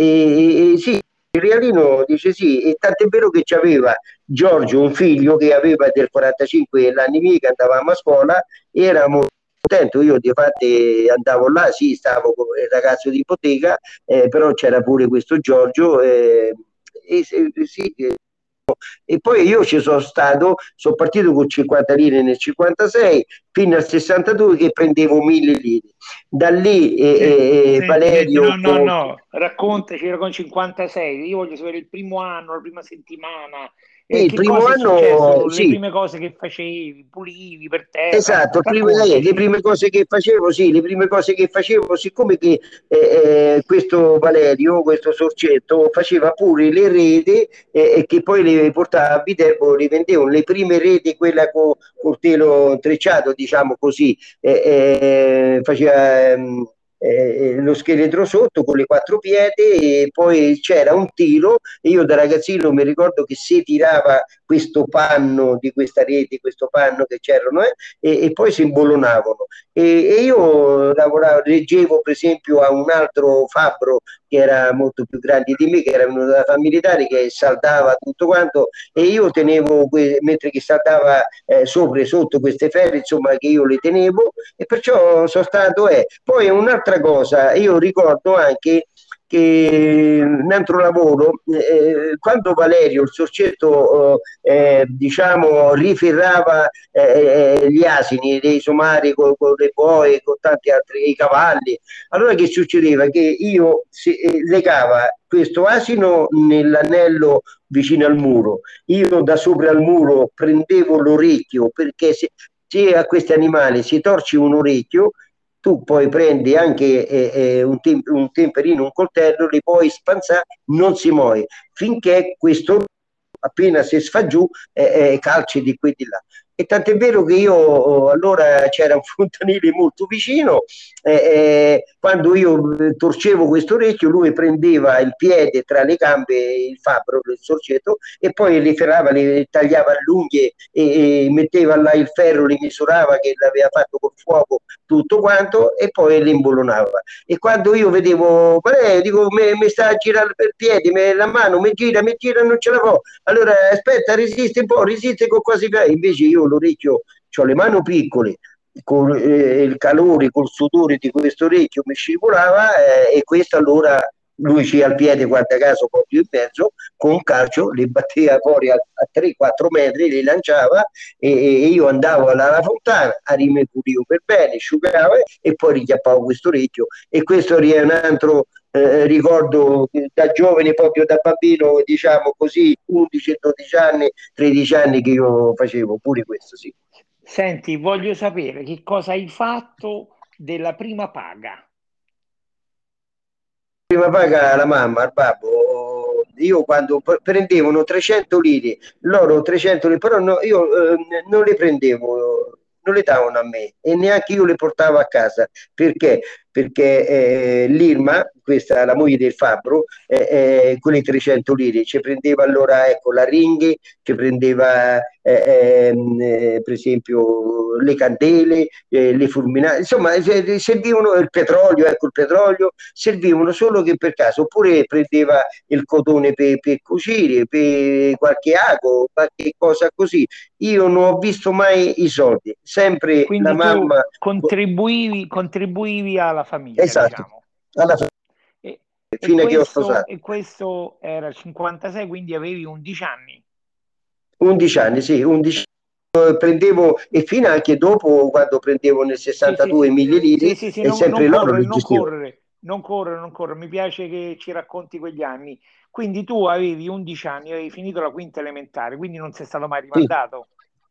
E, e sì, il Realino dice sì, e tant'è vero che c'aveva Giorgio, un figlio che aveva del quarantacinque l'anni miei, che andavamo a scuola, eravamo contento, io di fatti andavo là, sì, stavo come il ragazzo di bottega, eh, però c'era pure questo Giorgio, eh, e, e, sì, eh, e poi io ci sono stato, sono partito con cinquanta lire nel cinquantasei fino al sessantadue che prendevo mille lire. Da lì eh, Senti, eh, senti, senti, Valerio no, no, con... no, raccontaci, era con cinquantasei, io voglio sapere il primo anno, la prima settimana, Sì, eh, il che primo cosa è anno, successo, le sì, prime cose che facevi, pulivi per terra, esatto, prima- eh, le raccontaci. prime cose che facevo, sì, le prime cose che facevo, siccome che eh, eh, questo Valerio, questo sorcetto, faceva pure le reti eh, e che poi le portava a Viterbo, le vendevano, le prime reti, quella con col telo intrecciato, diciamo così, eh, eh, faceva ehm, eh, lo scheletro sotto con le quattro pietre e poi c'era un tiro e io da ragazzino mi ricordo che si tirava questo panno di questa rete, questo panno che c'erano, eh, e, e poi si imbollonavano. E, e io lavoravo, leggevo per esempio a un altro fabbro che era molto più grande di me, che era venuto dalla famiglia militare, che saldava tutto quanto, e io tenevo, que- mentre che saldava eh, sopra e sotto queste ferre, insomma, che io le tenevo, e perciò sono stato, eh. Poi un'altra cosa, io ricordo anche che un altro lavoro, eh, quando Valerio, il sorcetto, eh, diciamo, riferrava eh, gli asini dei somari con, con le boe, con tanti altri i cavalli, allora che succedeva? Che io si, eh, legava questo asino nell'anello vicino al muro, io da sopra al muro prendevo l'orecchio perché se, se a questi animali si torce un orecchio tu poi prendi anche eh, eh, un, tem- un temperino, un coltello, li puoi spanzare, non si muove, finché questo appena si sfa giù eh, eh, calci di qui e di là. E tant'è vero che io oh, allora c'era un fontanile molto vicino, eh, eh, quando io eh, torcevo questo orecchio, lui prendeva il piede tra le gambe, il fabbro, il sorcetto, e poi le ferrava, le tagliava a lunghe e, e metteva là il ferro, li misurava che l'aveva fatto col fuoco tutto quanto e poi le imbullonava. E quando io vedevo, beh, dico, mi sta a girare per piedi, me, la mano mi gira, mi gira, non ce la fa. Allora aspetta, resiste un po', resiste con quasi invece io l'orecchio, ho le mani piccole, con eh, il calore, col sudore di questo orecchio mi scivolava eh, e questo allora lui ci al piede, guarda caso, proprio in mezzo, con un calcio le batteva fuori a, a tre quattro metri, le lanciava e, e io andavo alla, alla fontana, a rimepulivo per bene, asciugavo e poi richiappavo questo orecchio e questo è un altro eh, ricordo da giovane, proprio da bambino, diciamo così, undici dodici anni, tredici anni che io facevo pure questo, sì. Senti, voglio sapere che cosa hai fatto della prima paga. Prima paga la mamma, al babbo, io quando p- prendevano trecento lire, loro trecento lire, però no, io eh, non le prendevo, non le davano a me e neanche io le portavo a casa. Perché? Perché eh, l'Irma, questa è la moglie del fabbro, eh, eh, quelle trecento lire, ci prendeva allora ecco, la ringhe, ci prendeva eh, ehm, eh, per esempio le candele, eh, le fulminate, insomma se- servivano il petrolio, ecco il petrolio, servivano solo che per caso, oppure prendeva il cotone per, per cucire, per qualche ago, qualche cosa così. Io non ho visto mai i soldi, sempre la Quindi tu mamma. contribuivi, contribuivi alla famiglia, esatto, diciamo. alla fine, E, e fino a che ho questo, sposato. e questo era il cinquantasei, quindi avevi undici anni. undici anni, sì, undici eh, prendevo, e fino anche dopo, quando prendevo nel Sì, sì, sessantadue sì, mille sì, lire, sì, sì, e non, non sempre loro correre, le non gestivano. correre, non correre, non correre. Mi piace che ci racconti quegli anni. Quindi tu avevi undici anni, avevi finito la quinta elementare, quindi non sei stato mai Sì, rimandato.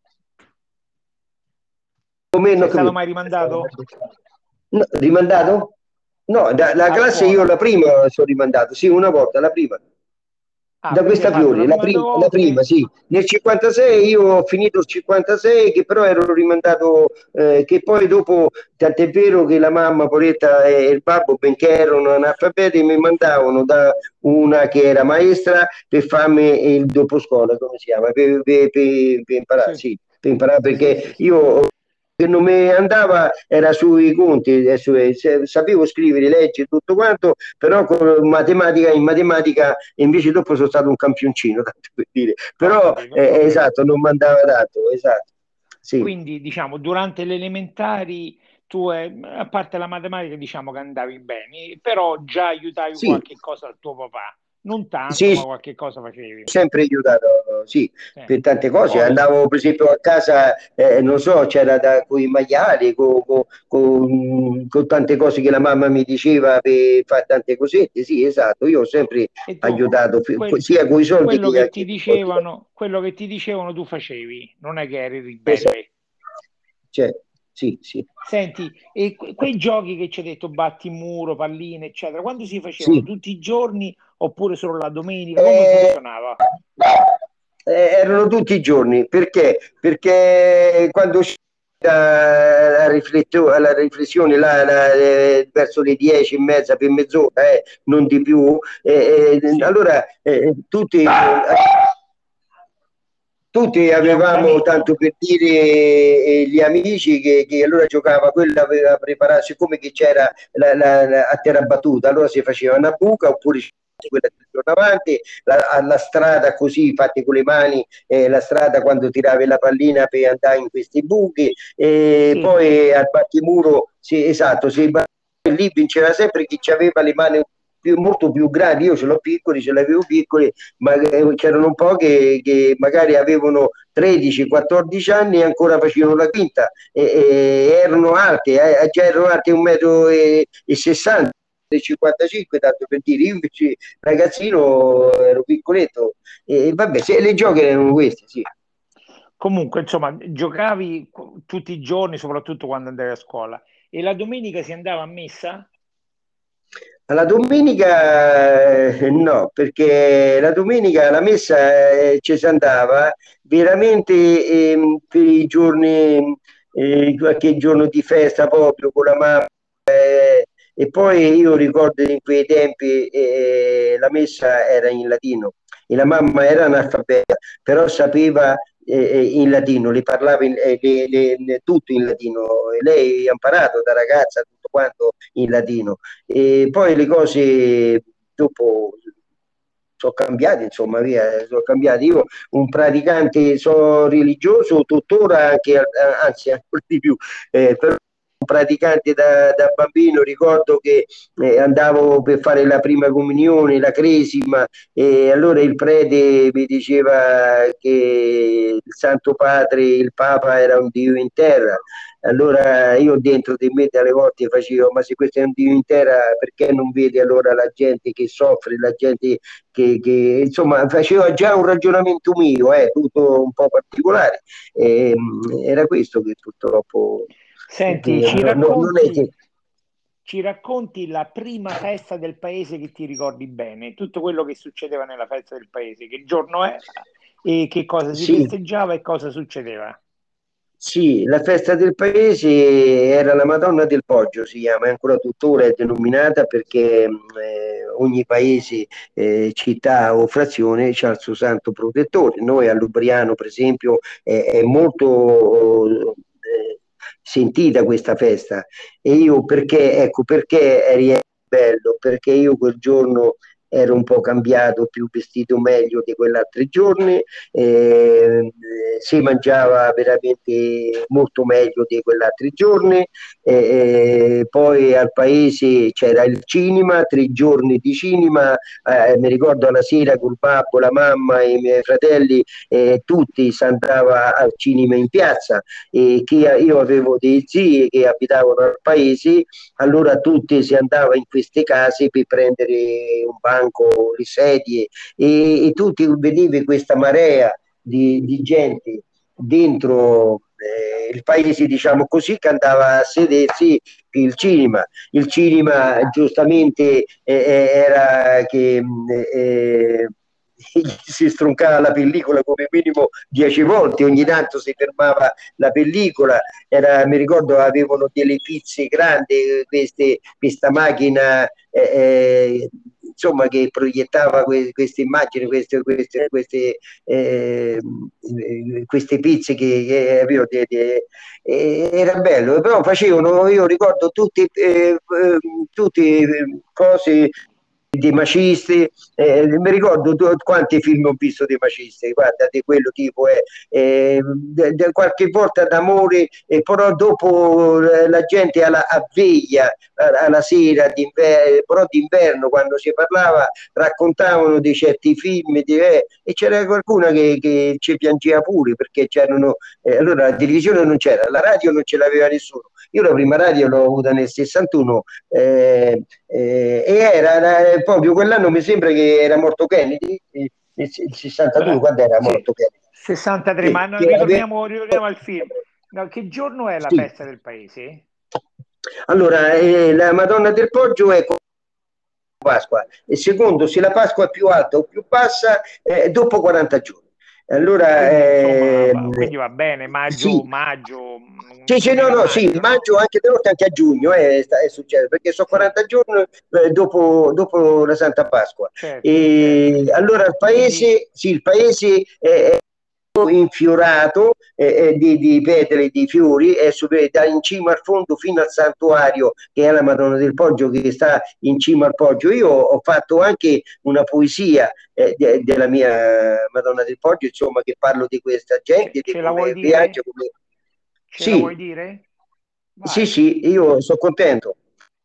come non Sei ho stato capito. mai rimandato No, rimandato? No, da, la a classe io scuola? la prima sono rimandato, sì, una volta, la prima. Ah, Da quindi hai questa fatto la Fiori, la prima due prima, la prima, volte. sì. Nel cinquantasei io ho finito il cinquantasei, che però ero rimandato, eh, che poi dopo, tant'è vero che la mamma, poretta, e il babbo, benché erano analfabeti, mi mandavano da una che era maestra per farmi il dopo scuola, come si chiama, per, per- per- per imparare, Sì, sì, per imparare, sì, sì, perché sì. io che non mi andava era sui conti, eh, su- se- sapevo scrivere, leggere tutto quanto, però con matematica, in matematica invece dopo sono stato un campioncino, tanto per dire. Ho Però capito, ho eh, capito. esatto, non mandava tanto, esatto. Sì, Quindi, diciamo, durante le elementari tu, eh, a parte la matematica, diciamo che andavi bene, però già aiutavi sì, qualche cosa al tuo papà. Non tanto, sì, ma qualche cosa facevi. sempre aiutato, sì, Sì. per tante cose. Poi, Andavo per esempio a casa, eh, non so, c'era da, con i maiali, con, con- con- con tante cose che la mamma mi diceva per fare tante cosette. Sì, esatto, io ho sempre e tu, aiutato, fi- quel- sia con i soldi quello che che ti anche con i cose. dicevano, quello che ti dicevano tu facevi, non è che eri Esatto, ribelle. cioè, sì, sì, Senti, e que- quei giochi che ci hai detto, battimuro, palline, eccetera, quando si facevano? sì. Tutti i giorni oppure solo la domenica? Come Eh, funzionava? eh, erano tutti i giorni, perché? Perché quando usciva la, rifletto- la riflessione là, la- eh, verso le dieci e mezza per mezz'ora, eh, non di più, eh, eh, Sì, allora eh, tutti, tutti gli avevamo, appuntamenti. tanto per dire, eh, gli amici che, che allora giocava, quello aveva preparato, siccome che c'era la, la- la- a terra battuta, allora si faceva una buca oppure quella che torna avanti, la, alla strada così fatte con le mani, eh, la strada quando tiravi la pallina per andare in questi buchi, e Sì, poi al battimuro, sì, esatto, si, lì vinceva sempre chi aveva le mani più, molto più grandi. Io ce l'ho piccoli, ce l'avevo piccoli, ma eh, c'erano un po' che, che magari avevano tredici quattordici anni e ancora facevano la quinta, e, e erano alte, eh, già erano alte un metro e sessanta e cinquantacinque, tanto per dire. Io invece ragazzino ero piccoletto, e vabbè, se, le gioche erano queste, sì. comunque, insomma, giocavi qu- tutti i giorni, soprattutto quando andavi a scuola. E la domenica si andava a messa? La domenica eh, no, perché la domenica la messa eh, ci si andava veramente ehm, per i giorni, eh, qualche giorno di festa proprio con la mamma. eh, e poi io ricordo in quei tempi eh, la messa era in latino e la mamma era analfabeta, però sapeva eh, eh, in latino, le parlava in- eh, le- le- le- tutto in latino. E lei ha imparato da ragazza tutto quanto in latino. E poi le cose dopo sono cambiate, insomma, via, sono cambiate. Io un praticante, sono religioso, tuttora anche, anzi ancora di più, eh, però un praticante da, da bambino. Ricordo che eh, andavo per fare la prima comunione, la cresima, e allora il prete mi diceva che il Santo Padre, il Papa era un Dio in terra. Allora io dentro di me alle volte facevo, ma se questo è un Dio in terra, perché non vede allora la gente che soffre, la gente che, che insomma faceva già un ragionamento mio, eh, tutto un po' particolare. E, era questo che purtroppo Senti, eh, ci no, no, non è racconti, che ci racconti la prima festa del paese che ti ricordi bene, tutto quello che succedeva nella festa del paese, che giorno era e che cosa si sì. festeggiava e cosa succedeva. Sì, la festa del paese era la Madonna del Poggio, si chiama, e ancora tuttora è denominata perché mh, eh, ogni paese, eh, città o frazione ha il suo santo protettore. Noi a Lubriano, per esempio, è, è molto eh, sentita questa festa. E io perché, ecco, perché eri bello? Perché io quel giorno ero un po' cambiato, più vestito meglio di quegli altri giorni, eh, si mangiava veramente molto meglio di quegli altri giorni, eh, poi al paese c'era il cinema, tre giorni di cinema, eh, mi ricordo la sera col babbo, la mamma e i miei fratelli, eh, tutti si andava al cinema in piazza, e che io avevo dei zii che abitavano al paese, allora tutti si andava in queste case per prendere un banco, le sedie, e, e tutti vedevi questa marea di, di gente dentro eh, il paese, diciamo così, che andava a sedersi per il cinema. Il cinema giustamente eh, eh, era che eh, si stroncava la pellicola come minimo dieci volte, ogni tanto si fermava la pellicola. Era, mi ricordo avevano delle pizze grandi, queste, questa macchina eh, eh, insomma, che proiettava que queste immagini, queste, queste, queste, eh, queste pizze che, che avevo, de, de, eh, era bello, però facevano, io ricordo tutte eh, tutte cose dei macisti, eh, mi ricordo tu, quanti film ho visto dei macisti, guarda, di quello tipo, eh, eh, de, de, qualche volta d'amore, eh, però dopo eh, la gente alla avveglia, alla sera, però d'inverno, quando si parlava, raccontavano di certi film, di, eh, e c'era qualcuno che, che ci piangeva pure, perché c'erano, eh, allora la televisione non c'era, la radio non ce l'aveva nessuno. Io la prima radio l'ho avuta nel sessantuno, eh, eh, e era, era proprio quell'anno, mi sembra che era morto Kennedy, il, il sessantadue, quando era Sì, morto Kennedy? sessantatré, Che, ma no, che aveva... ritorniamo, ritorniamo al film. No, che giorno è la Sì. festa del paese? Allora, eh, la Madonna del Poggio è Pasqua, e secondo se la Pasqua è più alta o più bassa, eh, dopo quaranta giorni. Allora, Quindi insomma, eh, va- quindi va bene, maggio, sì, maggio, sì, sì, no, no, sì, duemila maggio, no? maggio anche da volte anche a giugno eh, sta- è successo, perché sono Sì, quaranta giorni eh, dopo, dopo la Santa Pasqua. certo, certo. E allora il Quindi, paese, sì, il paese è infiorato eh, eh, di, di petre, di fiori, è super, da in cima al fondo fino al santuario che è la Madonna del Poggio, che sta in cima al Poggio. Io ho fatto anche una poesia eh, de, della mia Madonna del Poggio, insomma, che parlo di questa ce, gente, di ce la vuoi come viaggia, dire? come... Ce la vuoi Sì, dire? sì, Vai. sì, io sono contento.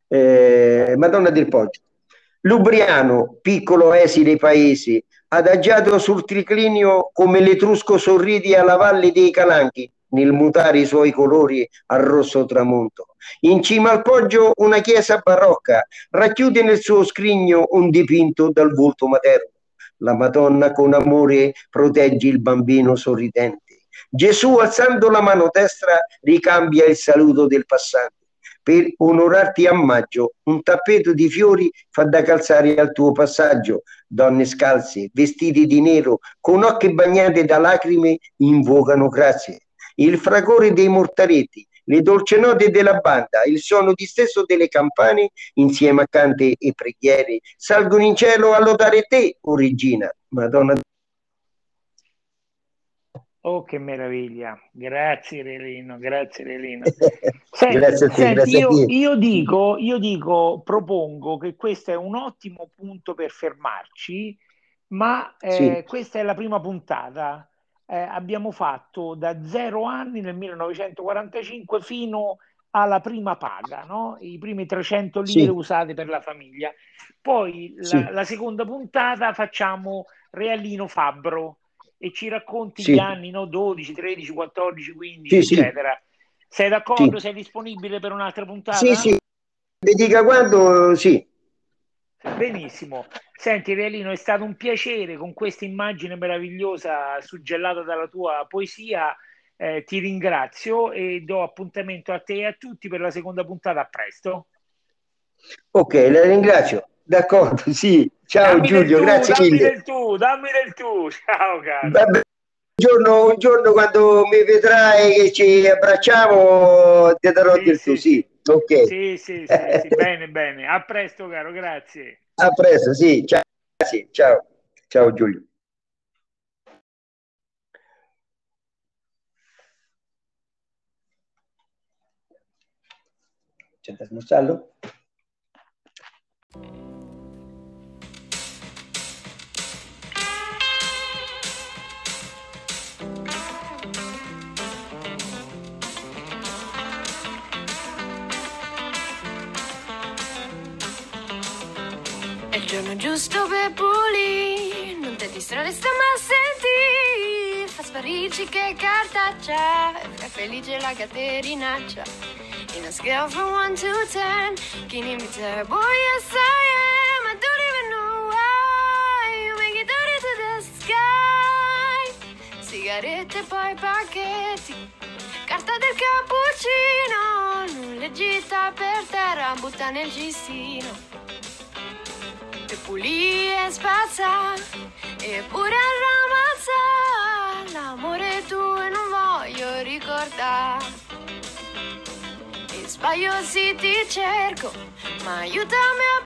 Eh, Vai. Madonna del Poggio. Lubriano, piccolo esile paese, adagiato sul triclinio come l'etrusco sorridi alla valle dei Calanchi, nel mutare i suoi colori al rosso tramonto. In cima al poggio una chiesa barocca, racchiude nel suo scrigno un dipinto dal volto materno. La Madonna con amore protegge il bambino sorridente. Gesù, alzando la mano destra, ricambia il saluto del passante. Per onorarti a maggio, un tappeto di fiori fa da calzare al tuo passaggio. Donne scalze, vestiti di nero, con occhi bagnati da lacrime, invocano grazie. Il fragore dei mortaretti, le dolci note della banda, il suono disteso delle campane, insieme a cante e preghiere, salgono in cielo a lodare te, o regina, Madonna. Oh, che meraviglia. Grazie Relino, grazie Relino. Senti, Grazie a te, senti, grazie a io, te. io dico, io dico, propongo che questo è un ottimo punto per fermarci, ma Sì, eh, questa è la prima puntata. Eh, abbiamo fatto da zero anni nel millenovecentoquarantacinque fino alla prima paga, no? I primi trecento lire sì, usate per la famiglia. Poi la, sì, la seconda puntata facciamo Realino Fabbro e ci racconti gli sì, anni, no? dodici, tredici, quattordici, quindici, sì, sì, eccetera. Sei sì, d'accordo? Sei disponibile per un'altra sì, sì, puntata? mi dica quando, sì. Benissimo. Senti, Realino, è stato un piacere con questa immagine meravigliosa suggellata dalla tua poesia. Eh, ti ringrazio e do appuntamento a te e a tutti per la seconda puntata. A presto. Ok, la ringrazio. D'accordo, sì. Ciao Dammi del Giulio, tu, grazie dammi mille. del tu, dammi del tu. Ciao, caro. Vabbè, un giorno, un giorno quando mi vedrai che ci abbracciamo, ti darò Sì, del tu, sì, sì. sì. Ok. Sì, sì, sì, sì. Bene, bene. A presto, caro. Grazie. A presto, sì. Ciao, sì, ciao. Ciao Giulio. C'è da smussarlo? giorno giusto per pulire, non ti distrarre, sta ma senti, fa sparirci che cartaccia, è felice la caterinaccia. In a scale from one to ten, can you be there? Boy, yes I am, I don't even know why, you make it dirty to the sky. Sigarette poi pacchetti, carta del cappuccino, non le gita per terra, butta nel cestino. E pulì e spazza, e pure ramazza, l'amore tuo e non voglio ricordare. E sbaglio sì ti cerco, ma aiutami a